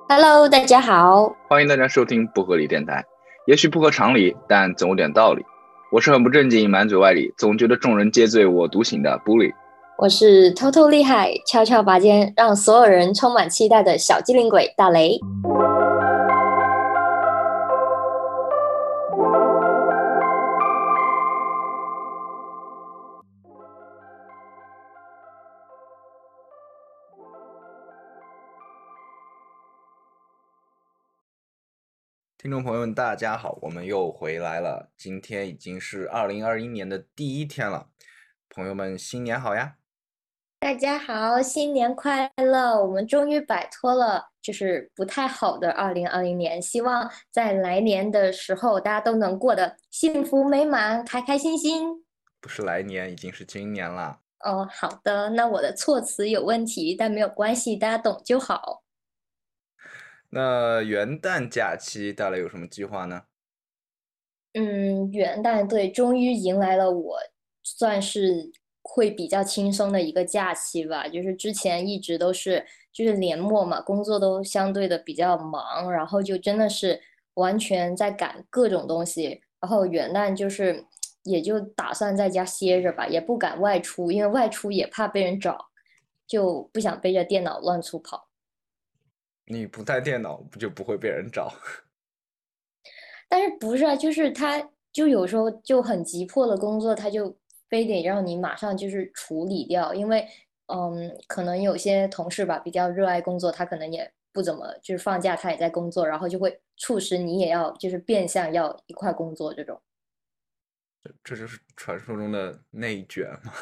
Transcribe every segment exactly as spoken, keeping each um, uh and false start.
Hello，大家好。 欢迎大家收听不合理电台。也许不合常理，但总有点道理。我是很不正经、满嘴歪理，总觉得众人皆醉我独醒的 Bully。 我是偷偷厉害、敲敲拔尖，让所有人充满期待的小机灵鬼大雷。 听众朋友们，大家好，我们又回来了。今天已经是二零二一年的第一天了，朋友们新年好呀！ 大家好，新年快乐！我们终于摆脱了就是不太好的二零二零年，希望在来年的时候大家都能过得幸福美满、开开心心。 不是来年，已经是今年了。 哦，好的，那我的措辞有问题，但没有关系，大家懂就好。 那元旦假期大家有什么计划呢？ 嗯，元旦对，终于迎来了我算是会比较轻松的一个假期吧。就是之前一直都是就是年末嘛，工作都相对的比较忙，然后就真的是完全在赶各种东西。然后元旦就是也就打算在家歇着吧，也不敢外出，因为外出也怕被人找，就不想背着电脑乱出跑。 你不带电脑，不就不会被人找？ 但是不是啊？就是他，就有时候就很急迫的工作，他就非得让你马上就是处理掉，因为嗯，可能有些同事吧比较热爱工作，他可能也不怎么就是放假，他也在工作，然后就会促使你也要就是变相要一块工作这种。 这这就是传说中的内卷吗？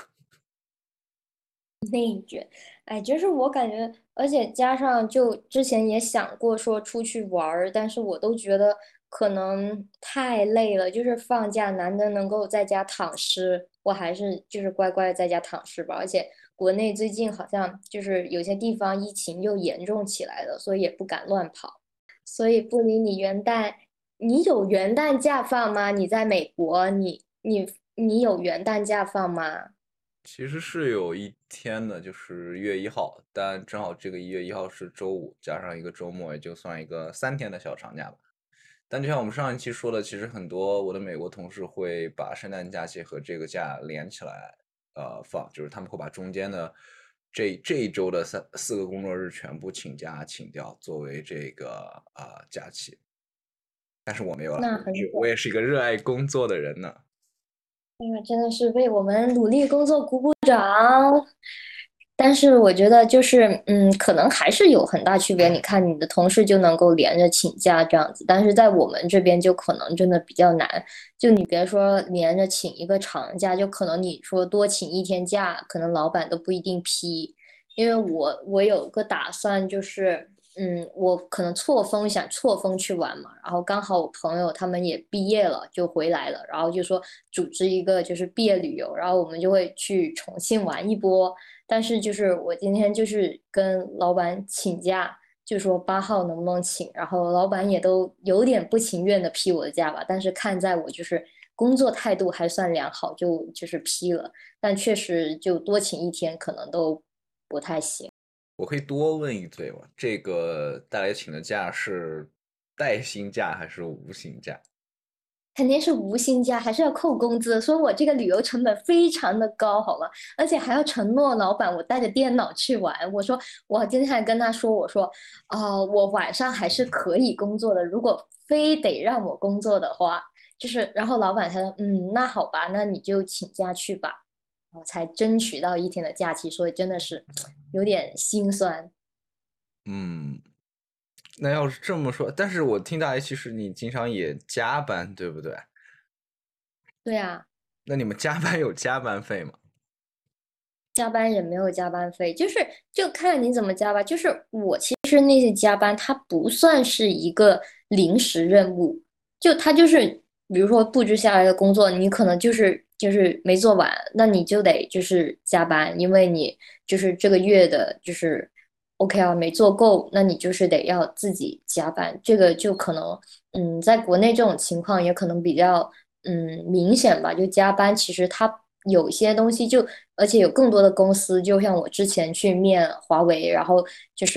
内卷，哎，就是我感觉，而且加上就之前也想过说出去玩儿，但是我都觉得可能太累了，就是放假难得能够在家躺尸，我还是就是乖乖在家躺尸吧。而且国内最近好像就是有些地方疫情又严重起来了，所以也不敢乱跑。所以不理你元旦，你有元旦假放吗？你在美国，你你你有元旦假放吗？ 其实是有一天的，就是一月一号，但正好这个一月一号是周五，加上一个周末，也就算一个三天的小长假吧。但就像我们上一期说的，其实很多我的美国同事会把圣诞假期和这个假连起来，呃，放，就是他们会把中间的这这一周的三四个工作日全部请假请掉，作为这个啊、呃假期。但是我没有了， 那我是我很爽。 也是一个热爱工作的人呢。 哎呀，真的是为我们努力工作鼓鼓掌。但是我觉得就是，嗯，可能还是有很大区别。你看，你的同事就能够连着请假这样子，但是在我们这边就可能真的比较难。就你别说连着请一个长假，就可能你说多请一天假，可能老板都不一定批。因为我我有个打算，就是嗯，我可能错峰想错峰去玩嘛，然后刚好我朋友他们也毕业了，就回来了，然后就说组织一个就是毕业旅游，然后我们就会去重庆玩一波。但是就是我今天就是跟老板请假，就说八号能不能请，然后老板也都有点不情愿的批我的假吧，但是看在我就是工作态度还算良好，就就是批了，但确实就多请一天可能都不太行。 我可以多问一嘴吗？这个大家请的假是带薪假还是无薪假？ 肯定是无薪假，还是要扣工资，所以我这个旅游成本非常的高，好吗？而且还要承诺老板我带着电脑去玩。我说我今天还跟他说，我说啊、呃我晚上还是可以工作的，如果非得让我工作的话，就是然后老板他说嗯，那好吧，那你就请假去吧，我才争取到一天的假期，所以真的是有点心酸。 嗯，那要是这么说，但是我听大家其实你经常也加班，对不对？ 对啊。 那你们加班有加班费吗？ 加班也没有加班费，就是就看你怎么加吧。就是我其实那些加班，它不算是一个临时任务，就它就是比如说布置下来的工作，你可能就是就是没做完，那你就得就是加班，因为你就是这个月的就是 O K R 没做够，那你就是得要自己加班。这个就可能嗯，在国内这种情况也可能比较嗯明显吧，就加班其实它。有些东西就，而且有更多的公司，就像我之前去面华为，然后就是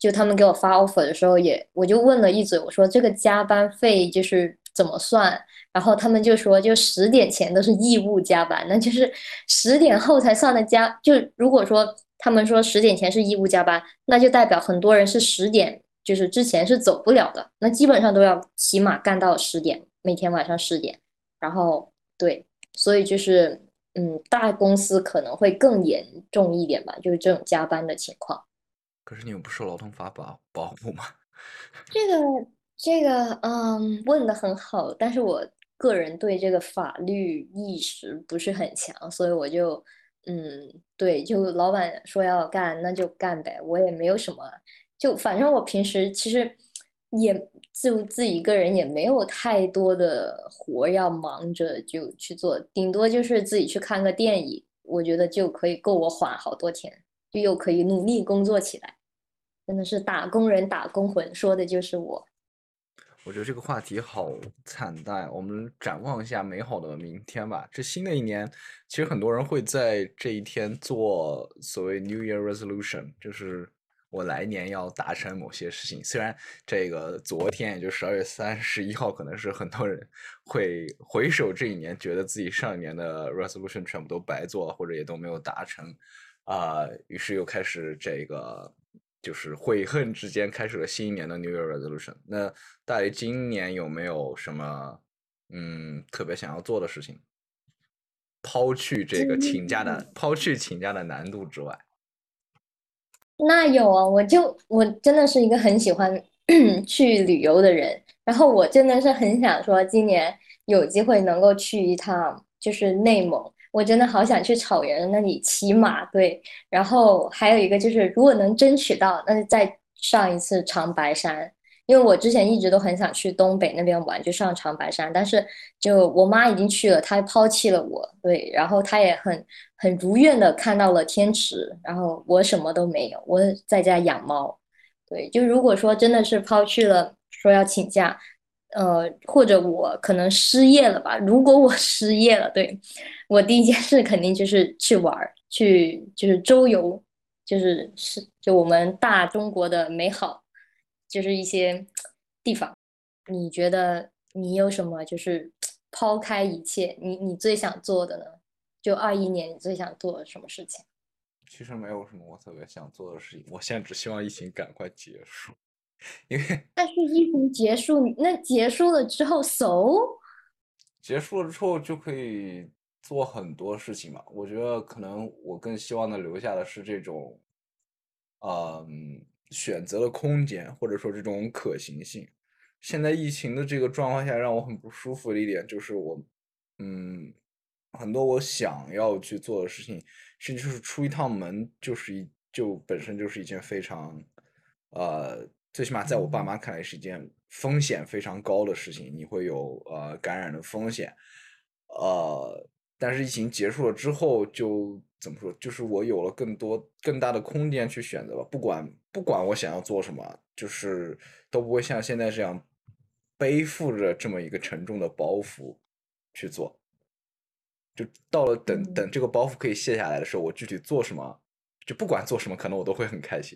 就他们给我发 offer 的时候也，我就问了一嘴，我说这个加班费就是怎么算？然后他们就说，就十点前都是义务加班，那就是十点后才算的加。就如果说他们说十点前是义务加班，那就代表很多人是十点就是之前是走不了的，那基本上都要起码干到十点，每天晚上十点。然后对，所以就是嗯，大公司可能会更严重一点吧，就是这种加班的情况。 可是你们不受劳动法保保护吗？ 这个这个，嗯，问的很好，但是我个人对这个法律意识不是很强，所以我就，嗯，对，就老板说要干，那就干呗，我也没有什么，就反正我平时其实也就自己一个人也没有太多的活要忙着就去做，顶多就是自己去看个电影，我觉得就可以够我缓好多天，就又可以努力工作起来。真的是打工人打工魂，说的就是我。 我觉得这个话题好惨淡，我们展望一下美好的明天吧。这新的一年，其实很多人会在这一天做所谓 New Year Resolution，就是我来年要达成某些事情。虽然这个昨天，也就十二月三十一号，可能是很多人会回首这一年，觉得自己上一年的 resolution 全部都白做了，或者也都没有达成，啊、呃于是又开始这个就是悔恨之间开始了新一年的 New Year Resolution。那大雷今年有没有什么嗯特别想要做的事情？抛去这个请假的，抛去请假的难度之外。 那有啊，我就我真的是一个很喜欢去旅游的人，然后我真的是很想说，今年有机会能够去一趟，就是内蒙，我真的好想去草原那里骑马，对，然后还有一个就是，如果能争取到，那就再上一次长白山，因为我之前一直都很想去东北那边玩，就上长白山，但是就我妈已经去了，她抛弃了我，对，然后她也很很如愿的看到了天池，然后我什么都没有，我在家养猫，对，就如果说真的是抛去了说要请假，呃，或者我可能失业了吧，如果我失业了，对，我第一件事肯定就是去玩儿，去就是周游，就是是就我们大中国的美好。就是一些地方。你觉得你有什么就是抛开一切，你你最想做的呢？就二一年你最想做的什么事情？ 其实没有什么我特别想做的事情，我现在只希望疫情赶快结束，因为但是疫情结束，那结束了之后，so 结束了之后就可以做很多事情嘛。我觉得可能我更希望的留下的是这种，嗯，选择的空间，或者说这种可行性。现在疫情的这个状况下，让我很不舒服的一点就是我，嗯，很多我想要去做的事情，甚至是出一趟门，就是一就本身就是一件非常，呃，最起码在我爸妈看来是一件风险非常高的事情，你会有呃感染的风险，呃，但是疫情结束了之后，就怎么说，就是我有了更多更大的空间去选择吧，不管不管我想要做什么，就是都不会像现在这样背负着这么一个沉重的包袱去做。就到了等等嗯。 这个包袱可以卸下来的时候，我具体做什么，就不管做什么，可能我都会很开心。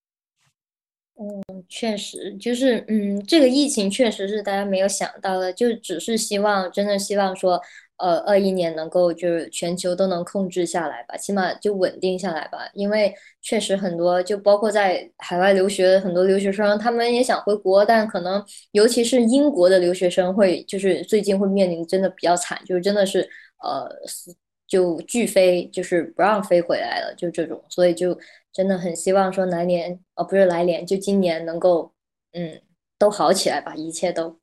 确实，就是嗯，这个疫情确实是大家没有想到的，就只是希望，真的希望说，呃，二一年能够就是全球都能控制下来吧，起码就稳定下来吧。因为确实很多，就包括在海外留学的很多留学生，他们也想回国，但可能尤其是英国的留学生会，就是最近会面临真的比较惨，就是真的是呃。就拒飞，就是不让飞回来了，就这种，所以就真的很希望说来年，哦，不是来年，就今年能够，嗯，都好起来吧，一切都。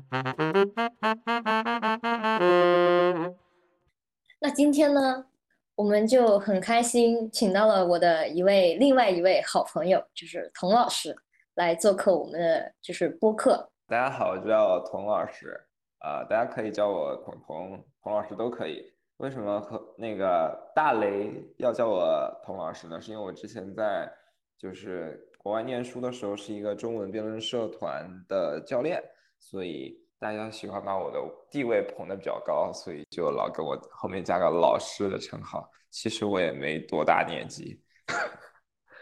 那今天呢，我们就很开心，请到了我的一位另外一位好朋友，就是童老师来做客我们的就是播客。 大家好，我叫童老师，啊、大家可以叫我童童，童老师都可以。为什么和那个大雷要叫我童老师呢？是因为我之前在就是国外念书的时候是一个中文辩论社团的教练，所以大家喜欢把我的地位捧得比较高，所以就老给我后面加个老师的称号。其实我也没多大年纪。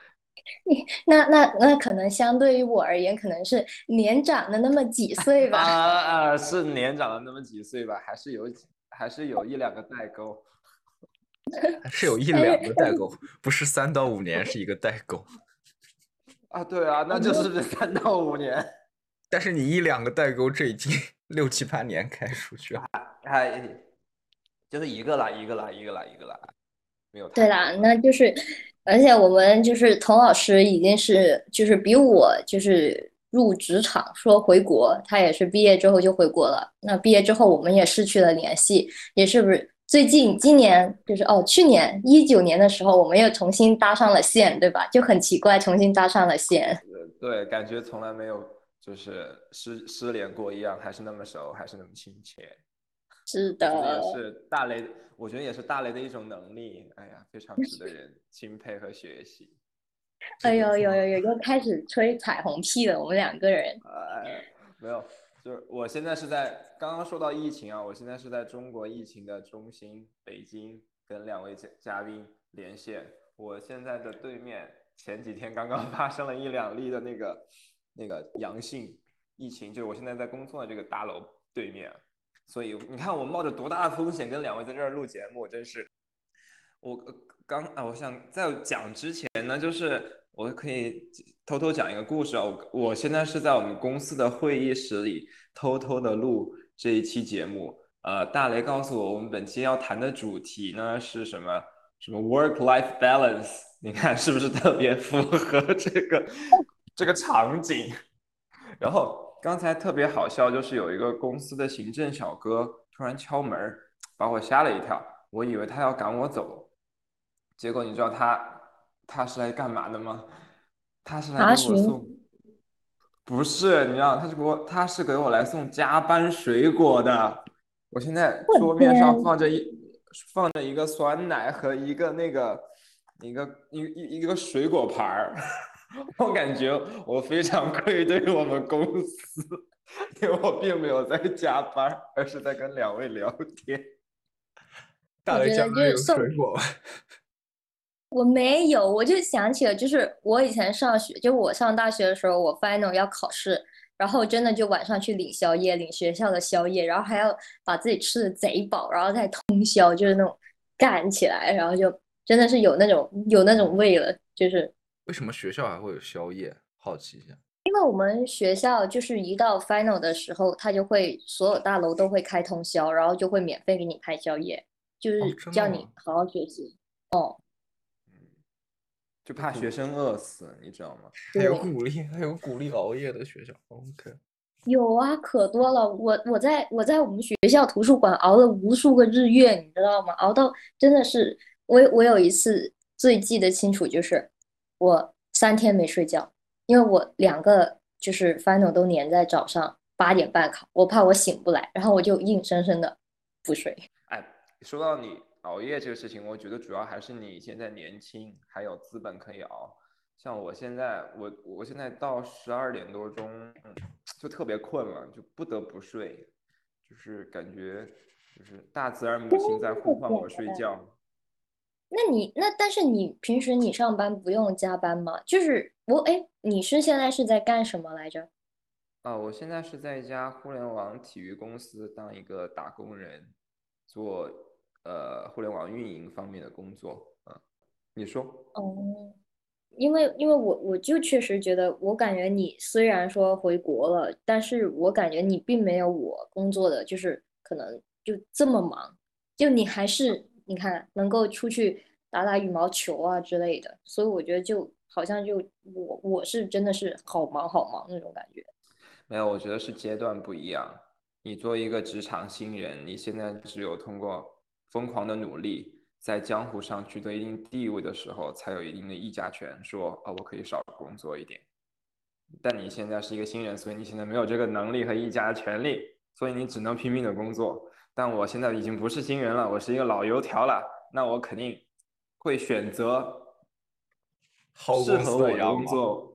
那那那可能相对于我而言，可能是年长了那么几岁啊吧。 啊，是年长了那么几岁吧，还是有还是有一两个代沟。 还是有一但是两个代沟，不是三到五年是一个代沟。 啊，对啊，那就是三到五年。 但是你一两个代沟，这已经六七八年开出去了。 还就是一个啦，一个啦，一个啦，一个啦，没有太对啦， 多了。 那就是，而且我们就是童老师已经是就是比我就是入职场说回国，他也是毕业之后就回国了。那毕业之后我们也失去了联系，也是不是最近今年就是哦去年一九年的时候，我们又重新搭上了线，对吧？就很奇怪，重新搭上了线。 呃，对，感觉从来没有就是失失联过一样，还是那么熟，还是那么亲切。 是我觉得也的， 是大雷，我觉得也是大雷的一种能力。哎呀，非常值得人钦佩和学习。 哎只能说， 呦呦呦呦，又开始吹彩虹屁了，我们两个人。 哎，没有，就是我现在是在刚刚说到疫情啊，我现在是在中国疫情的中心北京，跟两位嘉嘉宾连线。我现在的对面前几天刚刚发生了一两例的那个那个阳性疫情，就是我现在在工作的这个大楼对面，所以你看我冒着多大的风险跟两位在这儿录节目，我真是我刚啊，我想在讲之前呢，就是我可以偷偷讲一个故事啊。我我现在是在我们公司的会议室里偷偷的录这一期节目。呃，大雷告诉我，我们本期要谈的主题呢是什么？什么 work-life balance？你看是不是特别符合这个这个场景？然后刚才特别好笑，就是有一个公司的行政小哥突然敲门，把我吓了一跳。我以为他要赶我走，结果你知道他他是来干嘛的吗？他是来给我查询， 送，不是，你知道他是给我他是给我来送加班水果的。我现在我桌面上天， 放着一放着一个酸奶和一个那个一个一一一个水果盘儿。我感觉我非常愧对我们公司，因为我并没有在加班，而是在跟两位聊天。 大雷我觉得加班有就是送水果吗？ 我没有，我就想起了，就是我以前上学，就我上大学的时候，我 final 要考试，然后真的就晚上去领宵夜，领学校的宵夜，然后还要把自己吃的贼饱，然后再通宵，就是那种干起来，然后就真的是有那种有那种味了，就是为什么学校还会有宵夜？好奇一下。 因为我们学校就是一到 final 的时候，他就会所有大楼都会开通宵，然后就会免费给你派宵夜，就哦， 是叫你真的吗？ 好好学习。哦， 就怕学鼓生饿死，你知道吗？ 还有对。 鼓励，还有鼓励熬夜的学校。OK， 有啊，可多了。我我在我在我们学校图书馆熬了无数个日月，你知道吗？熬到真的是，我我有一次最记得清楚，就是我三天没睡觉，因为我两个就是 final 都连在早上八点半考，我怕我醒不来，然后我就硬生生的不睡。 哎，说到你熬夜这个事情，我觉得主要还是你现在年轻，还有资本可以熬。像我现在，我我现在到十二点多钟，嗯就特别困了，就不得不睡，就是感觉就是大自然母亲在呼唤我睡觉。 那你那但是你平时你上班不用加班吗？就是我哎，你是现在是在干什么来着？ 啊，我现在是在一家互联网体育公司当一个打工人，做呃互联网运营方面的工作。啊，你说？ 哦，因为因为我我就确实觉得，我感觉你虽然说回国了，但是我感觉你并没有我工作的就是可能就这么忙，就你还是你看能够出去打打羽毛球啊之类的，所以我觉得就好像就我我是真的是好忙好忙那种感觉。 没有，我觉得是阶段不一样。你作为一个职场新人，你现在只有通过疯狂的努力，在江湖上取得一定地位的时候，才有一定的议价权，说啊，我可以少工作一点。但你现在是一个新人，所以你现在没有这个能力和议价的权利，所以你只能拼命的工作。但我现在已经不是新人了，我是一个老油条了，那我肯定会选择适薅公司的合我的羊毛。 工作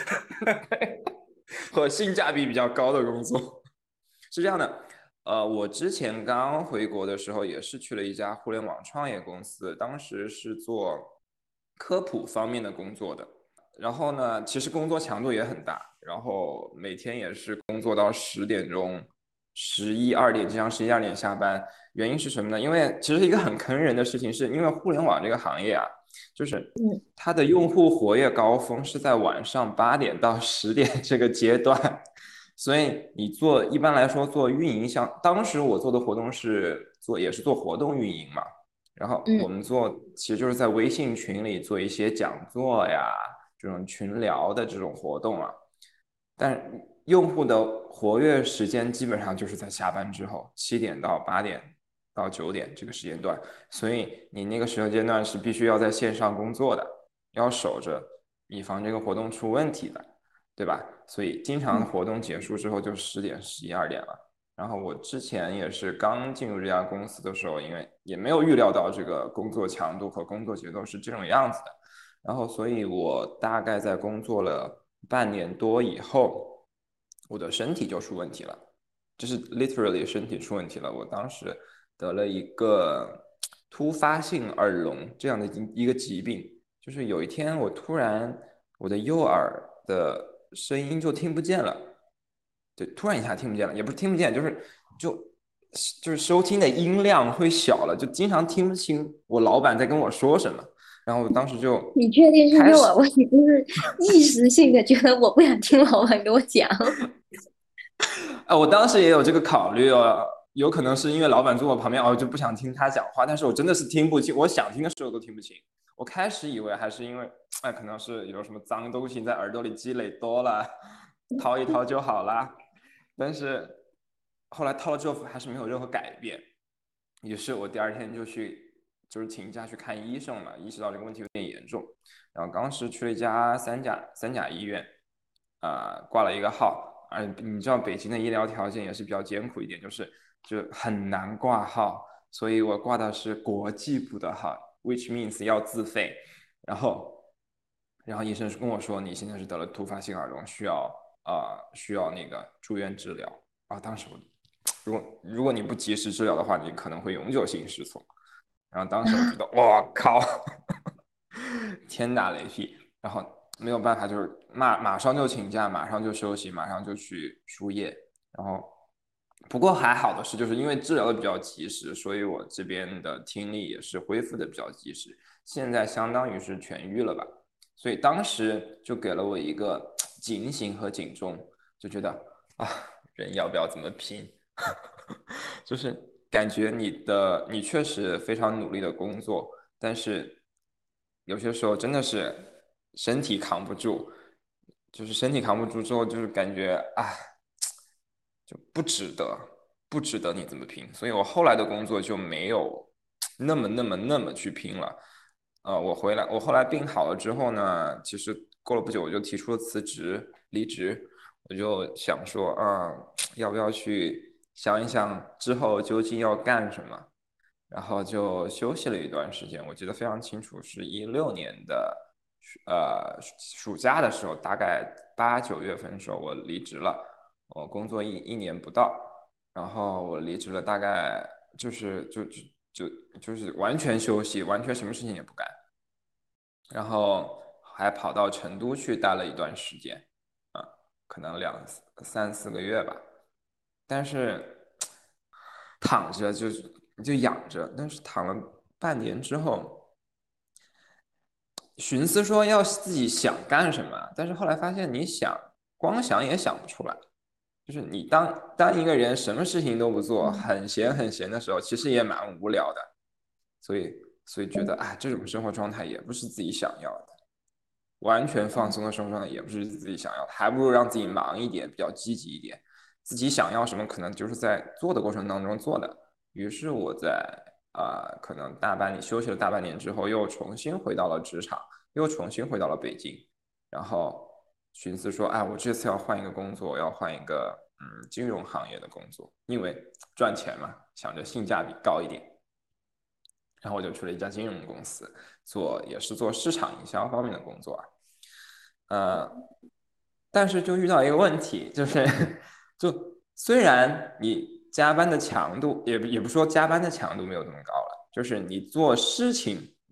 和性价比比较高的工作。是这样的，呃，我之前刚回国的时候，也是去了一家互联网创业公司，当时是做科普方面的工作的。 然后呢，其实工作强度也很大，然后每天也是工作到十点钟、十一二点，经常十一二点下班。原因是什么呢？因为其实一个很坑人的事情是，因为互联网这个行业啊，就是嗯它的用户活跃高峰是在晚上八点到十点这个阶段，所以你做一般来说做运营，像当时我做的活动是做也是做活动运营嘛，然后我嗯们做其实就是在微信群里做一些讲座呀。这种群聊的这种活动啊，但用户的活跃时间基本上就是在下班之后，七点到八点到九点这个时间段，所以你那个时间段是必须要在线上工作的，要守着，以防这个活动出问题的，对吧？所以经常活动结束之后就十点、十一二点了。然后我之前也是刚进入这家公司的时候，因为也没有预料到这个工作强度和工作节奏是这种样子的。然后，所以我大概在工作了半年多以后，我的身体就出问题了，就是 literally 身体出问题了。我当时得了一个突发性耳聋这样的一个疾病，就是有一天我突然我的右耳的声音就听不见了，对，突然一下听不见了，也不是听不见，就是就就是收听的音量会小了，就经常听不清我老板在跟我说什么。然后我当时就你确定是开始， 右耳？我以为是一时性的觉得我不想听老板给我讲。 啊，我当时也有这个考虑哦，有可能是因为老板坐我旁边，哦，就不想听他讲话，但是我真的是听不清，我想听的时候都听不清。我开始以为还是因为，哎，可能是有什么脏东西在耳朵里积累多了，掏一掏就好啦。但是后来掏了之后还是没有任何改变，于是我第二天就去就是请假去看医生了，意识到这个问题有点严重，然后当时去了一家三甲三甲医院，啊、呃，挂了一个号，而你知道北京的医疗条件也是比较艰苦一点，就是就很难挂号，所以我挂的是国际部的号，which means 要自费，然后。然后医生跟我说，你现在是得了突发性耳聋，需要啊、呃、需要那个住院治疗啊。当时我如果如果你不及时治疗的话，你可能会永久性失聪。然后当时我觉得，我靠，天打雷劈。然后没有办法，就是马马上就请假，马上就休息，马上就去输液。然后不过还好的是，就是因为治疗的比较及时，所以我这边的听力也是恢复的比较及时。现在相当于是痊愈了吧。所以当时就给了我一个警醒和警钟，就觉得啊，人要不要这么拼？就是感觉你的你确实非常努力的工作，但是有些时候真的是身体扛不住，就是身体扛不住之后，就是感觉啊，就不值得，不值得你这么拼。所以我后来的工作就没有那么那么那么去拼了。呃，我回来，我后来病好了之后呢，其实过了不久我就提出了辞职，离职。我就想说，啊，要不要去想一想之后究竟要干什么？然后就休息了一段时间。我记得非常清楚，是一六年的呃暑假的时候，大概八九月份的时候，我离职了。我工作一一年不到，然后我离职了，大概就是就就就就是完全休息，完全什么事情也不干。然后还跑到成都去待了一段时间，啊，可能两三四个月吧。但是躺着就就养着，但是躺了半年之后，寻思说要自己想干什么，但是后来发现你想光想也想不出来。就是你当当一个人什么事情都不做，很闲很闲的时候，其实也蛮无聊的。所以所以觉得啊，这种生活状态也不是自己想要的。完全放松的生活状态也不是自己想要的，还不如让自己忙一点，比较积极一点。自己想要什么，可能就是在做的过程当中做的。于是我在啊、呃，可能大半年休息了大半年之后，又重新回到了职场，又重新回到了北京，然后寻思说，哎，我这次要换一个工作，我要换一个嗯金融行业的工作，因为赚钱嘛，想着性价比高一点。然后我就去了一家金融公司，做也是做市场营销方面的工作啊。呃，但是就遇到一个问题，就是就虽然你加班的强度也也不说加班的强度没有这么高了，就是你做事情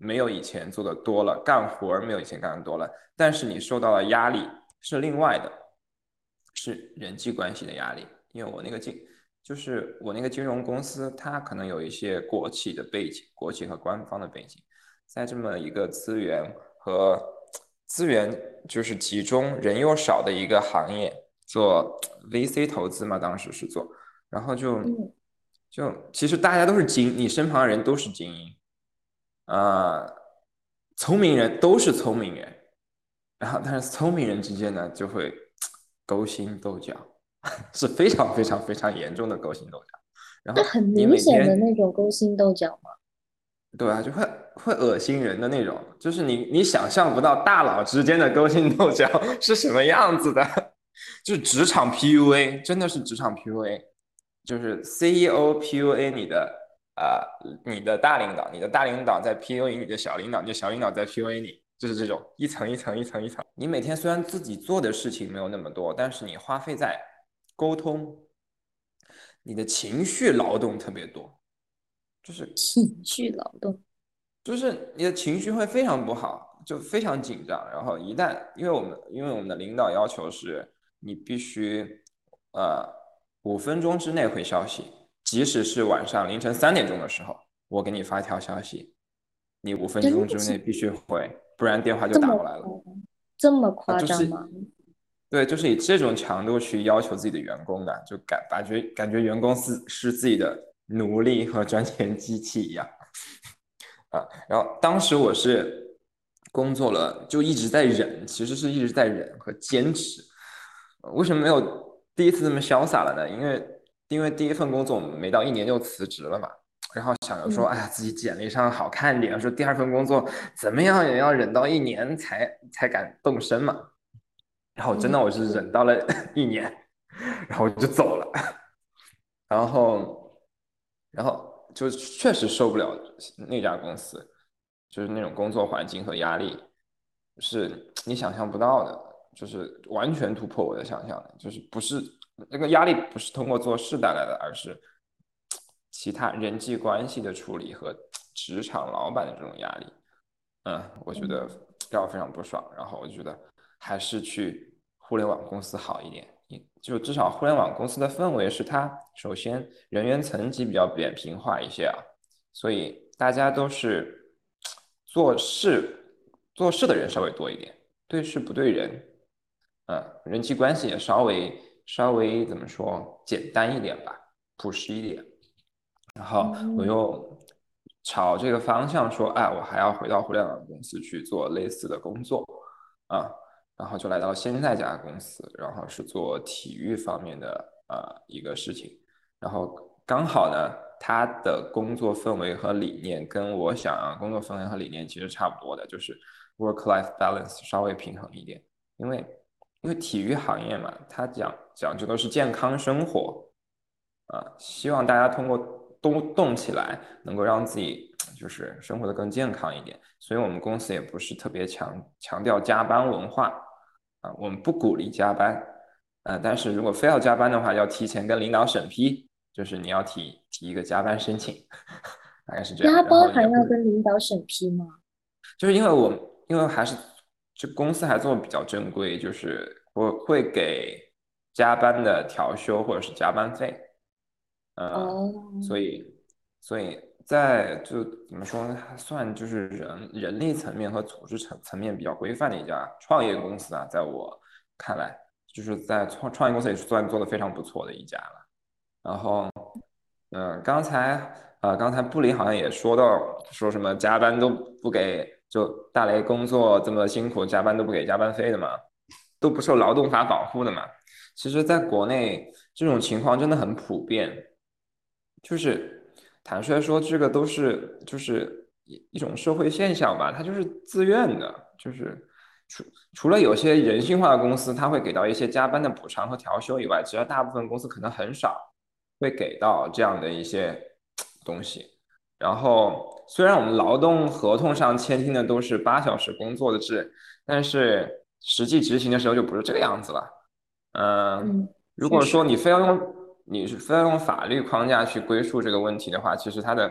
没有以前做的多了，干活没有以前干的多了，但是你受到的压力是另外的，是人际关系的压力。因为我那个金，就是我那个金融公司，它可能有一些国企的背景，国企和官方的背景，在这么一个资源和资源就是集中、人又少的一个行业，做 V C 投资嘛，当时是做，然后就就其实大家都是精，你身旁的人都是精英，啊、呃，聪明人都是聪明人，然后但是聪明人之间呢就会勾心斗角，是非常非常非常严重的勾心斗角。然后是很你明显的每天那种勾心斗角吗？ 对啊，就会会恶心人的那种，就是你你想象不到大佬之间的勾心斗角是什么样子的，就是职场 P U A，真的是职场 P U A，就是 C E O P U A 你的啊、呃、你的大领导，你的大领导在 P U A 你的小领导，你的小领导在 P U A 你，就是这种一层一层一层一层。你每天虽然自己做的事情没有那么多，但是你花费在沟通，你的情绪劳动特别多，就是情绪劳动。 就是你的情绪会非常不好，就非常紧张。然后一旦因为我们因为我们的领导要求是你必须呃五分钟之内回消息，即使是晚上凌晨三点钟的时候，我给你发一条消息，你五分真的是钟之内必须回，不然电话就这么打过来了。 夸张？这么啊， 夸张吗？ 就是对，就是以这种强度去要求自己的员工的，就感感觉感觉员工是是自己的奴隶和赚钱机器一样。啊，然后当时我是工作了，就一直在忍，其实是一直在忍和坚持。为什么没有第一次这么潇洒了呢？因为因为第一份工作没到一年就辞职了嘛，然后想着说， 嗯哎呀，自己简历上好看点，说第二份工作怎么样也要忍到一年才才敢动身嘛。然后真的嗯， 我是忍到了一年，然后我就走了，然后然后就确实受不了那家公司，就是那种工作环境和压力，是你想象不到的，就是完全突破我的想象的，就是不是那个压力不是通过做事带来的，而是其他人际关系的处理和职场老板的这种压力。嗯，我觉得嗯让我非常不爽。然后我就觉得还是去互联网公司好一点，就至少互联网公司的氛围是它首先人员层级比较扁平化一些啊，所以大家都是做事做事的人稍微多一点，对事不对人，嗯，人际关系也稍微稍微怎么说简单一点吧，朴实一点。然后我嗯又朝这个方向说，哎，我还要回到互联网公司去做类似的工作啊，然后就来到现在这家公司，然后是做体育方面的呃一个事情，然后刚好呢，他的工作氛围和理念跟我想要工作氛围和理念其实差不多的，就是 work-life balance 稍微平衡一点，因为因为体育行业嘛，它讲讲究的是健康生活。啊，希望大家通过动动起来，能够让自己就是生活的更健康一点。所以我们公司也不是特别强强调加班文化啊，我们不鼓励加班。呃，但是如果非要加班的话，要提前跟领导审批，就是你要提提一个加班申请，大概是这样。 加然后班还要也不跟领导审批吗？ 就是因为我因为还是这公司还做的比较正规，就是我会给加班的调休或者是加班费。呃， 哦， 所以，所以在就怎么说呢，还算就是人人力层面和组织层层面比较规范的一家创业公司啊，在我看来，就是在创创业公司也是算做的非常不错的一家了。然后，嗯、刚才呃，刚才布里好像也说到，说什么加班都不给，就大雷工作这么辛苦，加班都不给加班费的嘛，都不受劳动法保护的嘛。其实，在国内这种情况真的很普遍。就是坦率说，这个都是就是一一种社会现象吧，它就是自愿的，就是除除了有些人性化的公司，它会给到一些加班的补偿和调休以外，其实大部分公司可能很少会给到这样的一些东西。然后，虽然我们劳动合同上签订的都是八小时工作的制，但是实际执行的时候就不是这个样子了。嗯， 嗯， 如果说确实。 你非要用你是非要用法律框架去归属这个问题的话，其实它的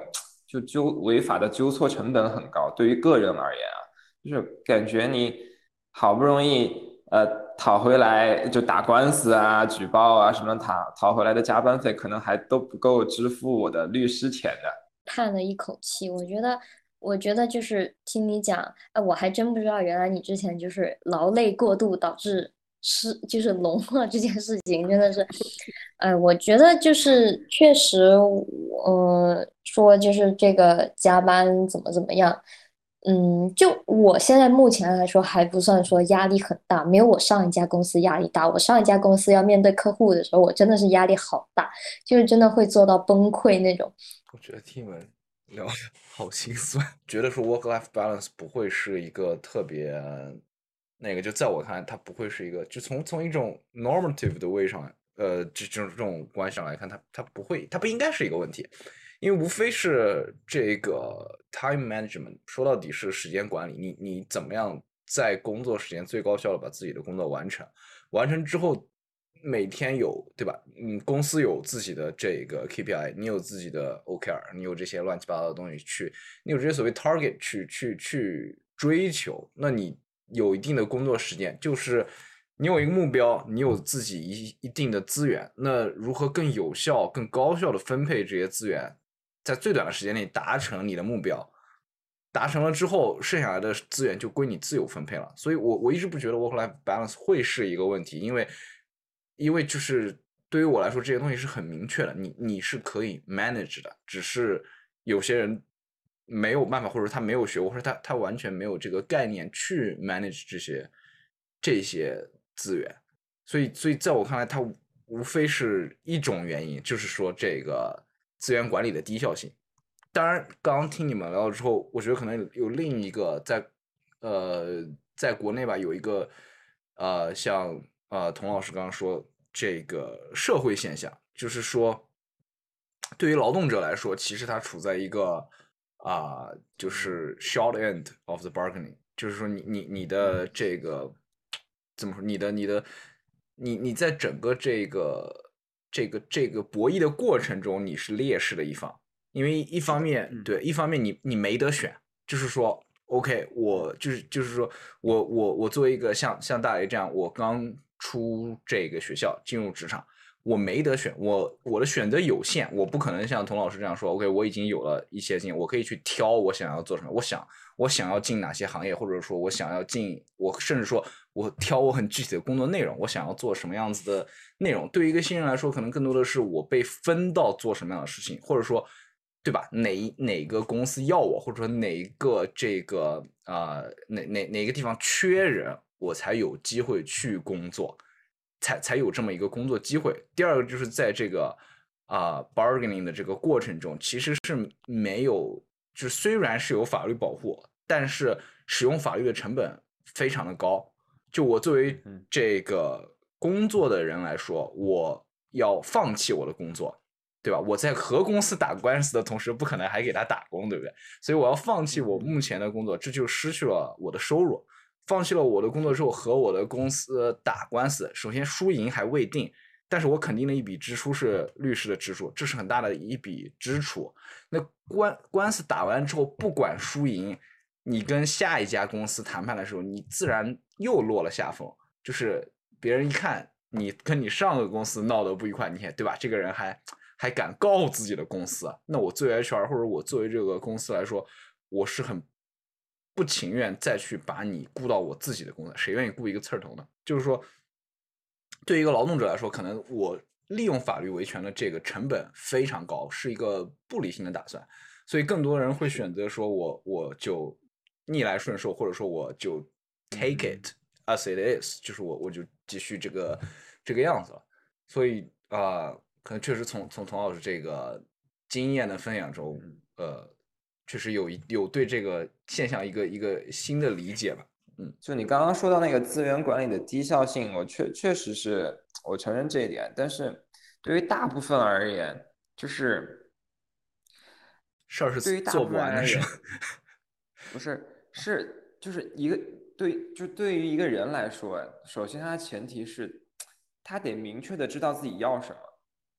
就纠违法的纠错成本很高，对于个人而言啊，就是感觉你好不容易呃讨回来就打官司啊、举报啊什么讨讨回来的加班费，可能还都不够支付我的律师钱的。 叹了一口气。我觉得，我觉得就是听你讲，哎，我还真不知道，原来你之前就是劳累过度导致失，就是聋了这件事情，真的是，哎，我觉得就是确实，呃，说就是这个加班怎么怎么样。嗯，就我现在目前来说还不算说压力很大，没有我上一家公司压力大。我上一家公司要面对客户的时候，我真的是压力好大，就是真的会做到崩溃那种。 我觉得听你们聊的好心酸，觉得说 work-life balance 不会是一个特别那个，就在我看来，它不会是一个，就从从一种 normative 的位上，呃，这这种这种关系上来看，它它不会，它不应该是一个问题，因为无非是这个 time management，说到底是时间管理，你你怎么样在工作时间最高效的把自己的工作完成，完成之后。每天有对吧？嗯，公司有自己的这个 K P I，你有自己的 O K R，你有这些乱七八糟的东西去，你有这些所谓 target 去去去追求，那你有一定的工作时间，就是你有一个目标，你有自己一一定的资源，那如何更有效、更高效的分配这些资源，在最短的时间内达成你的目标？达成了之后，剩下来的资源就归你自由分配了。所以我我一直不觉得 work-life balance 会是一个问题，因为因为就是对于我来说，这些东西是很明确的，你你是可以 manage 的，只是有些人没有办法，或者他没有学过，或者他他完全没有这个概念去 manage 这些这些资源。所以所以在我看来，它无非是一种原因，就是说这个资源管理的低效性。当然，刚刚听你们聊之后，我觉得可能有另一个在呃，在国内吧，有一个呃，像呃，童老师刚刚说这个社会现象，就是说，对于劳动者来说，其实他处在一个啊、就嗯是 short end of the bargaining，就是说你你你的嗯这个怎么说，你的你的你你在整个这个这个这个博弈的过程中，你是劣势的一方。因为一是的， 方面， 嗯对，一方面你你没得选，就是说，OK，我就是就是说我我我作为一个像像大雷这样，我刚出这个学校进入职场，我没得选，我我的选择有限，我不可能像童老师这样说，OK，我已经有了一些经验，我可以去挑我想要做什么，我想我想要进哪些行业，或者说我想要进，我甚至说我挑我很具体的工作内容，我想要做什么样子的内容。对于一个新人来说，可能更多的是我被分到做什么样的事情，或者说。对吧？哪哪个公司要我，或者说哪个这个啊、呃、哪哪哪个地方缺人，我才有机会去工作，才才有这么一个工作机会。第二个就是在这个啊、呃、bargaining 的这个过程中，其实是没有，就是虽然是有法律保护，但是使用法律的成本非常的高。就我作为嗯这个工作的人来说，我要放弃我的工作。对吧？我在和公司打官司的同时，不可能还给他打工，对不对？所以我要放弃我嗯目前的工作，这就失去了我的收入。放弃了我的工作之后，和我的公司打官司，首先输赢还未定，但是我肯定的一笔支出是律师的支出，这是很大的一笔支出。那官官司打完之后，不管输赢，你跟下一家公司谈判的时候，你自然又落了下风，就是别人一看你跟你上个公司闹得不愉快，你看对吧？这个人还。还敢告自己的公司，那我作为 H R 或者我作为这个公司来说，我是很不情愿再去把你雇到我自己的公司，谁愿意雇一个刺头呢？就是说，对于一个劳动者来说，可能我利用法律维权的这个成本非常高，是一个不理性的打算，所以更多人会选择说我我就逆来顺受，或者说我就 take it as it is，就是我我就继续这个这个样子了。所以啊、呃可能确实从从童老师这个经验的分享中，呃，确实有一有对这个现象一个一个新的理解吧。嗯， 就你刚刚说到那个资源管理的低效性，我确确实是我承认这一点，但是对于大部分而言，就是事儿是对于大做部分人不完的是吧？ 而言，不是是就是一个对就对于一个人来说，首先他前提是他得明确的知道自己要什么。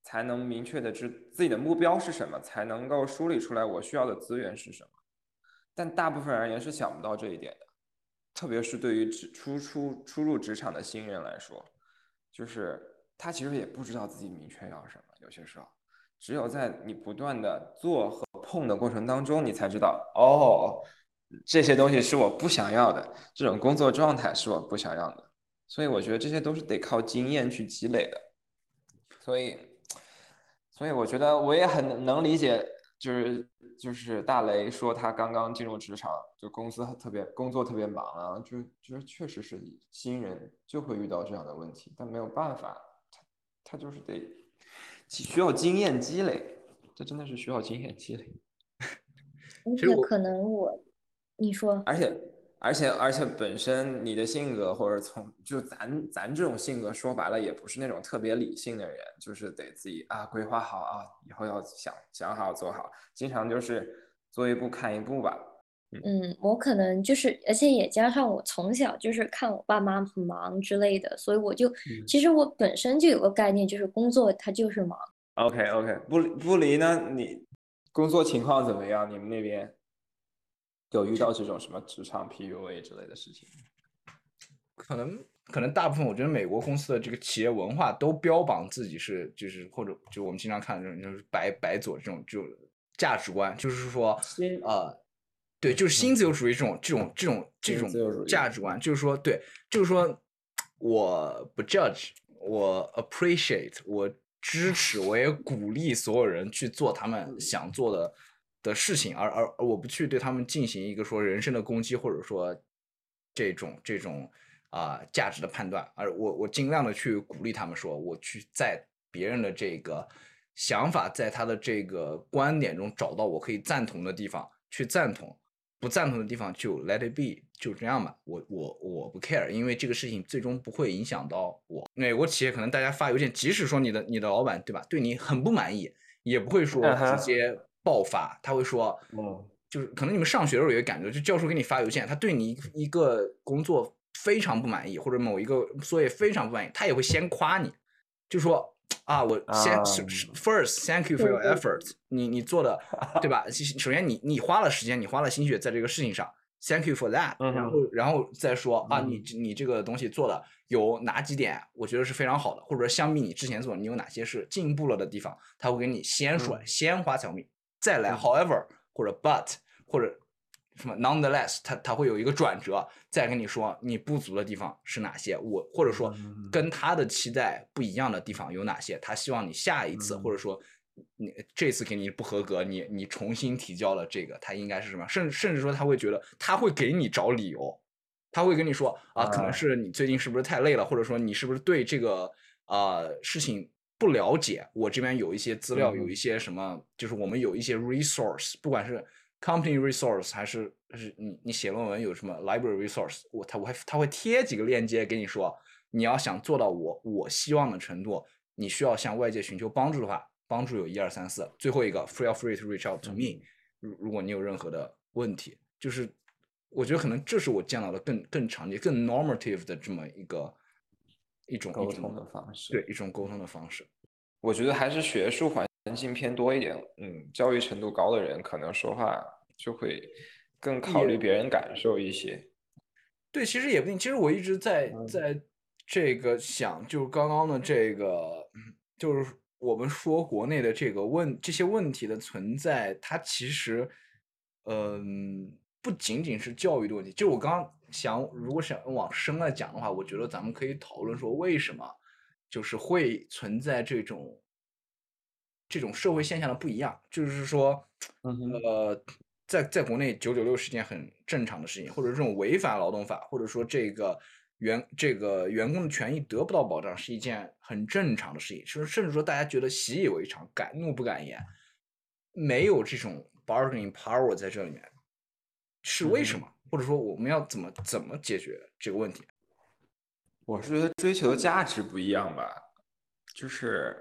才能明确的知自己的目标是什么，才能够梳理出来我需要的资源是什么。但大部分人而言是想不到这一点的，特别是对于初出初入职场的新人来说，就是他其实也不知道自己明确要什么，有些时候，只有在你不断的做和碰的过程当中，你才知道，哦，这些东西是我不想要的，这种工作状态是我不想要的。所以我觉得这些都是得靠经验去积累的。所以，所以我觉得我也很能理解，就是就是大雷说他刚刚进入职场，就公司特别工作特别忙啊，就就是确实是新人就会遇到这样的问题，但没有办法，他他就是得需要经验积累，这真的是需要经验积累。 而其实我且可能我，你说。 而且而且而且本身你的性格或者从就咱咱这种性格说白了也不是那种特别理性的人，就是得自己啊规划好啊，以后要想想好做好，经常就是做一步看一步吧。嗯嗯，我可能就是，而且也加上我从小就是看我爸妈很忙之类的，所以我就嗯其实我本身就有个概念，就是工作它就是忙。 ，OK OK，不不离呢？你工作情况怎么样？你们那边有遇到这种什么职场 P U A 之类的事情？ 可能可能大部分我觉得美国公司的这个企业文化都标榜自己是就是或者就我们经常看的这种就是白白左这种这种价值观，就是说新呃对，就是新自由主义这种这种这种这种新自由主义， 价值观，就是说对，就是说我不 judge，我 appreciate，我支持，我也鼓励所有人去做他们想做的的事情，而而而我不去对他们进行一个说人身的攻击，或者说这种这种啊、呃价值的判断，而我我尽量的去鼓励他们说，我去在别人的这个想法，在他的这个观点中找到我可以赞同的地方，去赞同。不赞同的地方就 let it be，就这样吧。我我我不 care，因为这个事情最终不会影响到我。美国企业可能大家发邮件，即使说你的你的老板对吧，对你很不满意，也不会说嗯哼， 直接爆发，他会说， 嗯就是可能你们上学的时候有个感觉，就教授给你发邮件，他对你一个工作非常不满意，或者某一个作业非常不满意，他也会先夸你，就说啊，我先啊， first thank you for 对 your 对 effort，你你做的对吧？首先你你花了时间，你花了心血在这个事情上，thank you for that，然后嗯哼， 然后再说啊，你嗯你这个东西做的有哪几点，我觉得是非常好的，或者说相比你之前做，你有哪些是进步了的地方，他会给你先说， 嗯先花巧米，再来嗯 however 或者 but 或者什么 nonetheless，它它会有一个转折，再跟你说你不足的地方是哪些，我或者说嗯跟他的期待不一样的地方有哪些，他希望你下一次嗯或者说你这次给你不合格，你你重新提交了这个，他应该是什么？甚甚至说他会觉得他会给你找理由，他会跟你说啊，可能啊是你最近是不是太累了，或者说你是不是对这个呃事情不了解？我这边有一些资料，有一嗯些什么，就是我们有一些 resource，不管是 company resource 还是是你你写论文有什么 library resource，我他我还他会贴几个链接给你说，你要想做到我我希望的程度，你需要向外界寻求帮助的话，帮助有一二三四，最后一个 feel free to reach out to me，如如果你有任何的问题，就是我觉得可能这是我见到的更更常见、更 normative 的这么一个一种一种沟通的方式， 对一种沟通的方式。 我觉得还是学术环境偏多一点，嗯，教育程度高的人可能说话就会更考虑也别人感受一些， 对，其实也不定。其实我一直在嗯在这个想，就是刚刚的这个，嗯就是我们说国内的这个问这些问题的存在，它其实，嗯，不仅仅是教育的问题。就我刚刚想，如果想往深了讲的话，我觉得咱们可以讨论说，为什么就是会存在这种这种社会现象的不一样，就是说， 嗯哼呃，在在国内九九六是件很正常的事情，或者这种违反劳动法，或者说这个员这个员工的权益得不到保障，是一件很正常的事情，甚至甚至说大家觉得习以为常，敢怒不敢言，没有这种 bargaining power 在这里面，是为什么？ 嗯哼， 或者说我们要怎么怎么解决这个问题？ 我是觉得追求的价值不一样吧，就是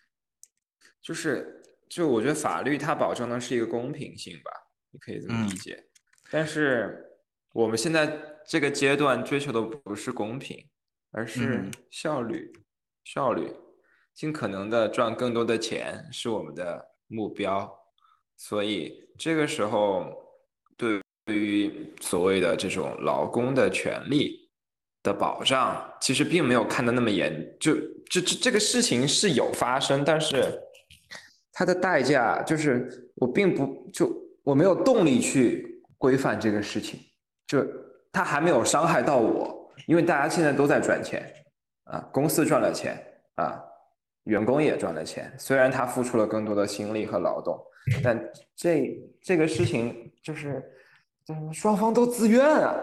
就是就我觉得法律它保证的是一个公平性吧，你可以这么嗯理解。但是我们现在这个阶段追求的不是公平，而嗯是效率，效率。 尽可能的赚更多的钱是我们的目标。所以这个时候，对于所谓的这种劳工的权利的保障，其实并没有看得那么严。就这这这个事情是有发生，但是它的代价就是我并不就我没有动力去规范这个事情，就它还没有伤害到我，因为大家现在都在赚钱啊，公司赚了钱啊，员工也赚了钱，虽然他付出了更多的心力和劳动。但这这个事情就是嗯双方都自愿啊，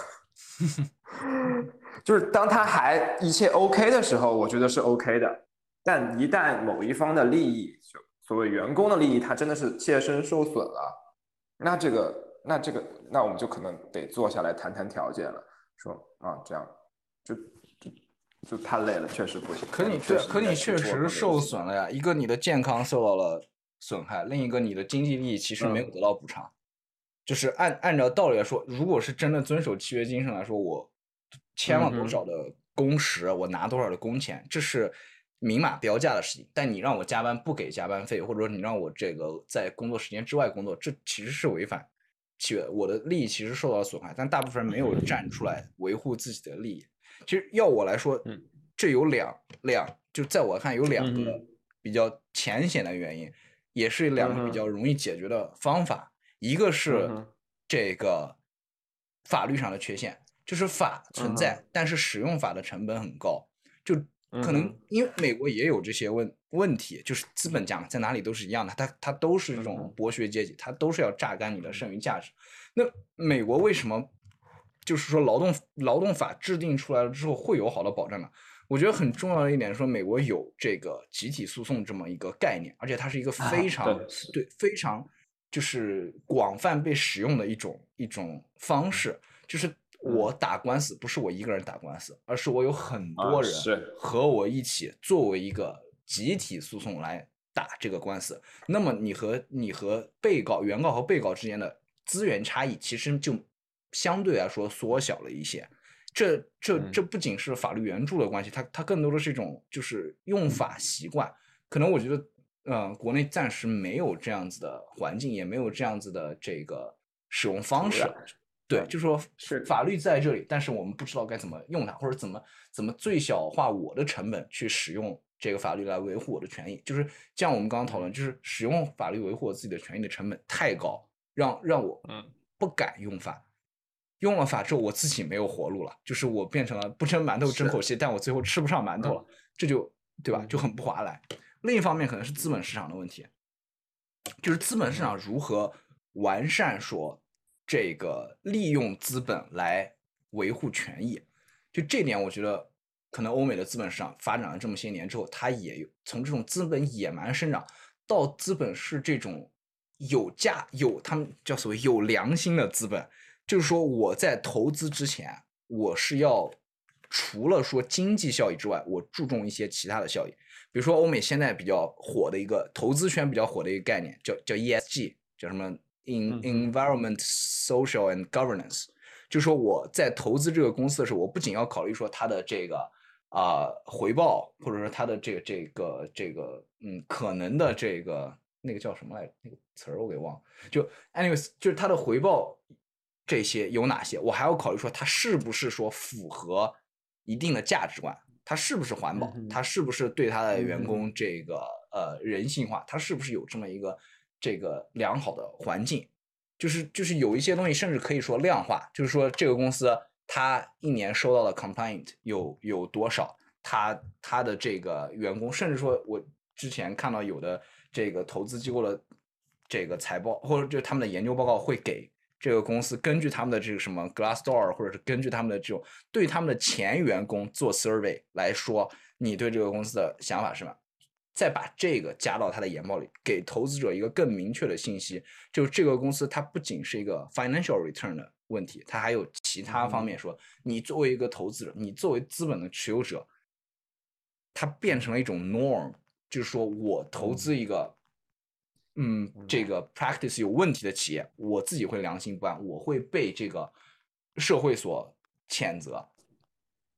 就是当他还一切 OK 的时候，我觉得是 OK 的。但一旦某一方的利益，就所谓员工的利益，他真的是切身受损了，那这个那这个那我们就可能得坐下来谈谈条件了，说啊这样就就就太累了，确实不行。 可你对，可你确实受损了呀。一个你的健康受到了损害，另一个你的经济利益其实没有得到补偿。嗯、就是按按照道理来说，如果是真的遵守契约精神来说，我签了多少的工时，嗯、我拿多少的工钱，这是明码标价的事情。但你让我加班不给加班费，或者说你让我这个在工作时间之外工作，这其实是违反契约，我的利益其实受到了损害。但大部分人没有站出来维护自己的利益。其实要我来说，嗯。这有两两，就在我看有两个比较浅显的原因，嗯、也是两个比较容易解决的方法。嗯、一个是这个法律上的缺陷，就是法存在，嗯、但是使用法的成本很高，就可能因为美国也有这些问问题，就是资本家在哪里都是一样的，它它都是这种剥削阶级，它都是要榨干你的剩余价值。那美国为什么就是说劳动劳动法制定出来了之后会有好的保障呢？我觉得很重要的一点是说，美国有这个集体诉讼这么一个概念，而且它是一个非常、啊、对, 对非常就是广泛被使用的一种一种方式。就是我打官司不是我一个人打官司，而是我有很多人和我一起作为一个集体诉讼来打这个官司。那么你和你和被告、原告和被告之间的资源差异其实就相对来说缩小了一些。这这这不仅是法律援助的关系，它它更多的是一种就是用法习惯。可能我觉得，呃，国内暂时没有这样子的环境，也没有这样子的这个使用方式。对，就是说法律在这里，但是我们不知道该怎么用它，或者怎么怎么最小化我的成本去使用这个法律来维护我的权益。就是像我们刚刚讨论，就是使用法律维护我自己的权益的成本太高，让让我不敢用法。用了法之后，我自己没有活路了，就是我变成了不蒸馒头争口气，但我最后吃不上馒头了，嗯、这就对吧，就很不划来。另一方面，可能是资本市场的问题，就是资本市场如何完善说这个利用资本来维护权益，就这点，我觉得可能欧美的资本市场发展了这么些年之后，它也有从这种资本野蛮生长到资本是这种有价有他们叫所谓有良心的资本。就是说我在投资之前，我是要除了说经济效益之外，我注重一些其他的效益。比如说欧美现在比较火的一个投资圈比较火的一个概念叫叫 E S G， 叫什么 In Environment Social and Governance。就是说我在投资这个公司的时候，我不仅要考虑说它的这个啊、呃、回报，或者说它的这个这个这个嗯可能的这个那个叫什么来着？那个词儿我给忘了。就 anyways， 就是它的回报。这些有哪些？我还要考虑说它是不是说符合一定的价值观，它是不是环保，它是不是对它的员工这个呃人性化，它是不是有这么一个这个良好的环境，就是就是有一些东西甚至可以说量化，就是说这个公司它一年收到的 complaint 有有多少，它它的这个员工，甚至说我之前看到有的这个投资机构的这个财报或者就他们的研究报告会给。这个公司根据他们的这个什么 Glassdoor， 或者是根据他们的这种对他们的前员工做 survey 来说，你对这个公司的想法是什么？再把这个加到他的研报里，给投资者一个更明确的信息，就是这个公司它不仅是一个 financial return 的问题，它还有其他方面说，你作为一个投资者，你作为资本的持有者，它变成了一种 norm， 就是说我投资一个。嗯，这个 practice 有问题的企业，我自己会良心不安，我会被这个社会所谴责。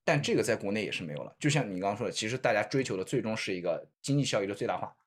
但这个在国内也是没有了。就像你刚刚说的，其实大家追求的最终是一个经济效益的最大化。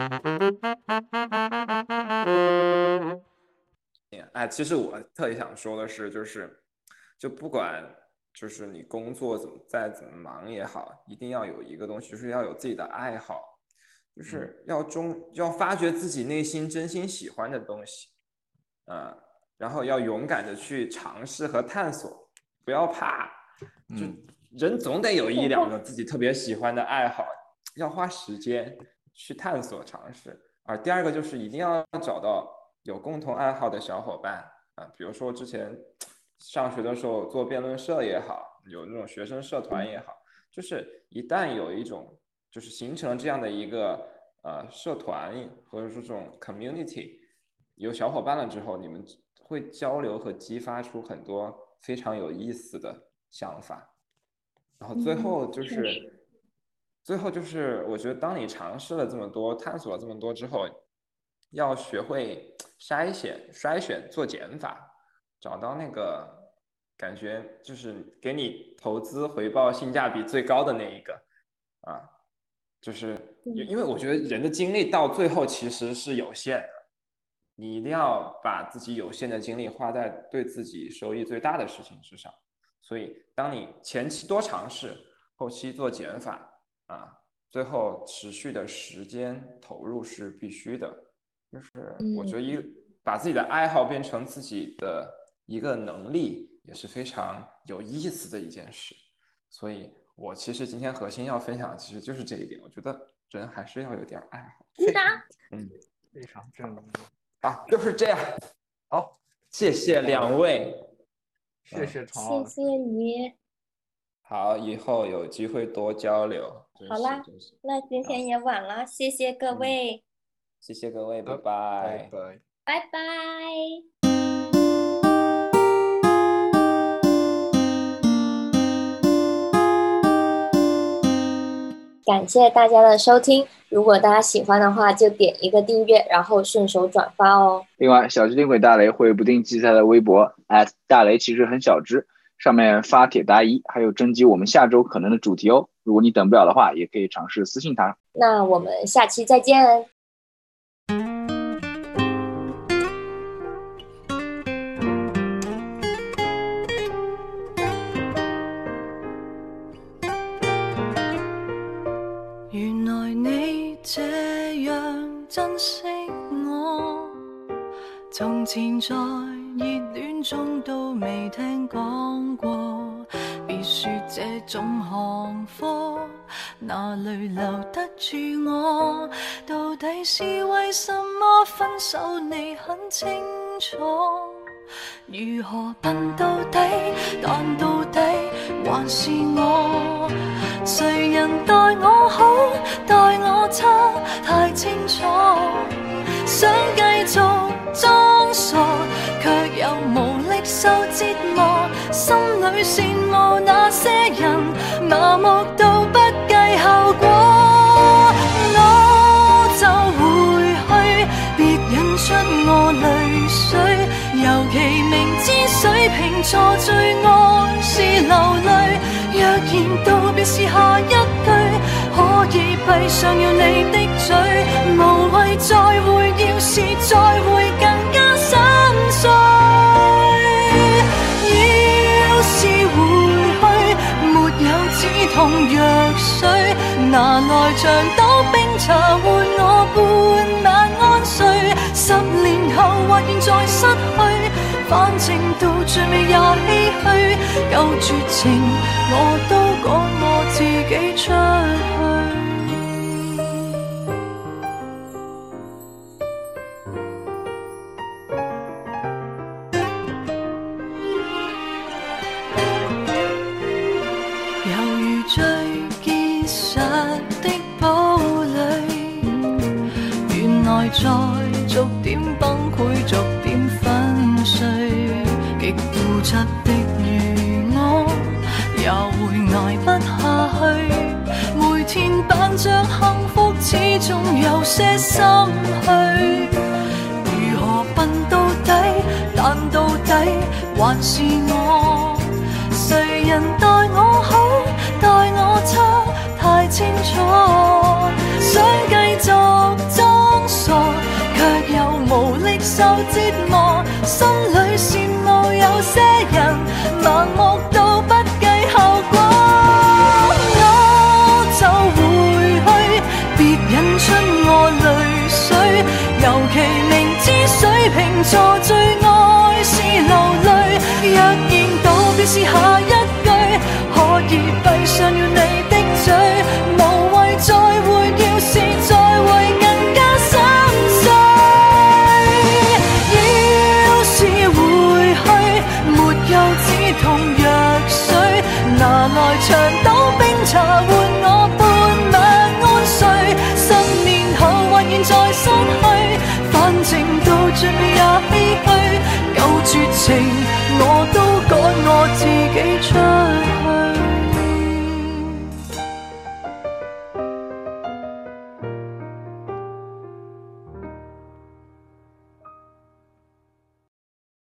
哎，其实我特别想说的是，就是就不管就是你工作怎么再怎么忙也好，一定要有一个东西，就是要有自己的爱好，就是要中要发掘自己内心真心喜欢的东西，啊、呃，然后要勇敢的去尝试和探索，不要怕，就人总得有一两个自己特别喜欢的爱好，要花时间去探索尝试。而第二个就是一定要找到有共同爱好的小伙伴啊，比如说之前上学的时候做辩论社也好，有那种学生社团也好，就是一旦有一种就是形成了这样的一个呃社团或者说这种 community， 有小伙伴了之后，你们会交流和激发出很多非常有意思的想法。然后最后就是、嗯、最后就是我觉得当你尝试了这么多，探索了这么多之后，要学会筛选筛选做减法，找到那个感觉就是给你投资回报性价比最高的那一个啊，就是因为我觉得人的精力到最后其实是有限的，你一定要把自己有限的精力花在对自己收益最大的事情之上。所以当你前期多尝试，后期做减法啊，最后持续的时间投入是必须的。就是我觉得一把自己的爱好变成自己的一个能力，也是非常有意思的一件事。所以我其实今天核心要分享的其实就是这一点，我觉得人还是要有点爱好。 是的， 嗯，非常正能量。 啊，就是这样。 好， 谢谢两位。 谢谢常老师， 谢谢你。 好，以后有机会多交流。 好啦，那今天也晚了，谢谢各位。 嗯，谢谢各位，拜拜。 拜拜。 拜拜。感谢大家的收听，如果大家喜欢的话就点一个订阅，然后顺手转发哦。 另外，小鸡丁鬼大雷会不定期在他的微博 at 大雷其实很小只上面发帖答疑，还有征集我们下周可能的主题哦。如果你等不了的话，也可以尝试私信他。 那我们下期再见。 原來你這樣珍惜我，從前在熱戀中都未聽講過，別說這種行貨哪裏留得住我，到底是為什麼分手你很清楚，如何笨到底，但到底還是我，誰人待我好，待我差，太清楚，想繼續裝傻，卻又無力受折磨，心裏羨慕那些人，麻木到不計後果，我就回去，別引出我淚水，尤其明知水瓶座最愛是流淚，若然道別是下一句，可以閉上了你的嘴，無謂再會，要是再會更加心碎，要是回去沒有止痛藥水，拿來像斗冰茶換我半晚安睡，十年後或現在失去，反正到最尾也唏噓，夠絕情我都趕我自己出去。猶如最結實的堡壘，原來在逐點崩潰，逐點粉碎，極固執的如我，也會捱不下去。每天扮着幸福，始終有些心虛。如何笨到底，但到底還是我。誰人待我好， 折磨。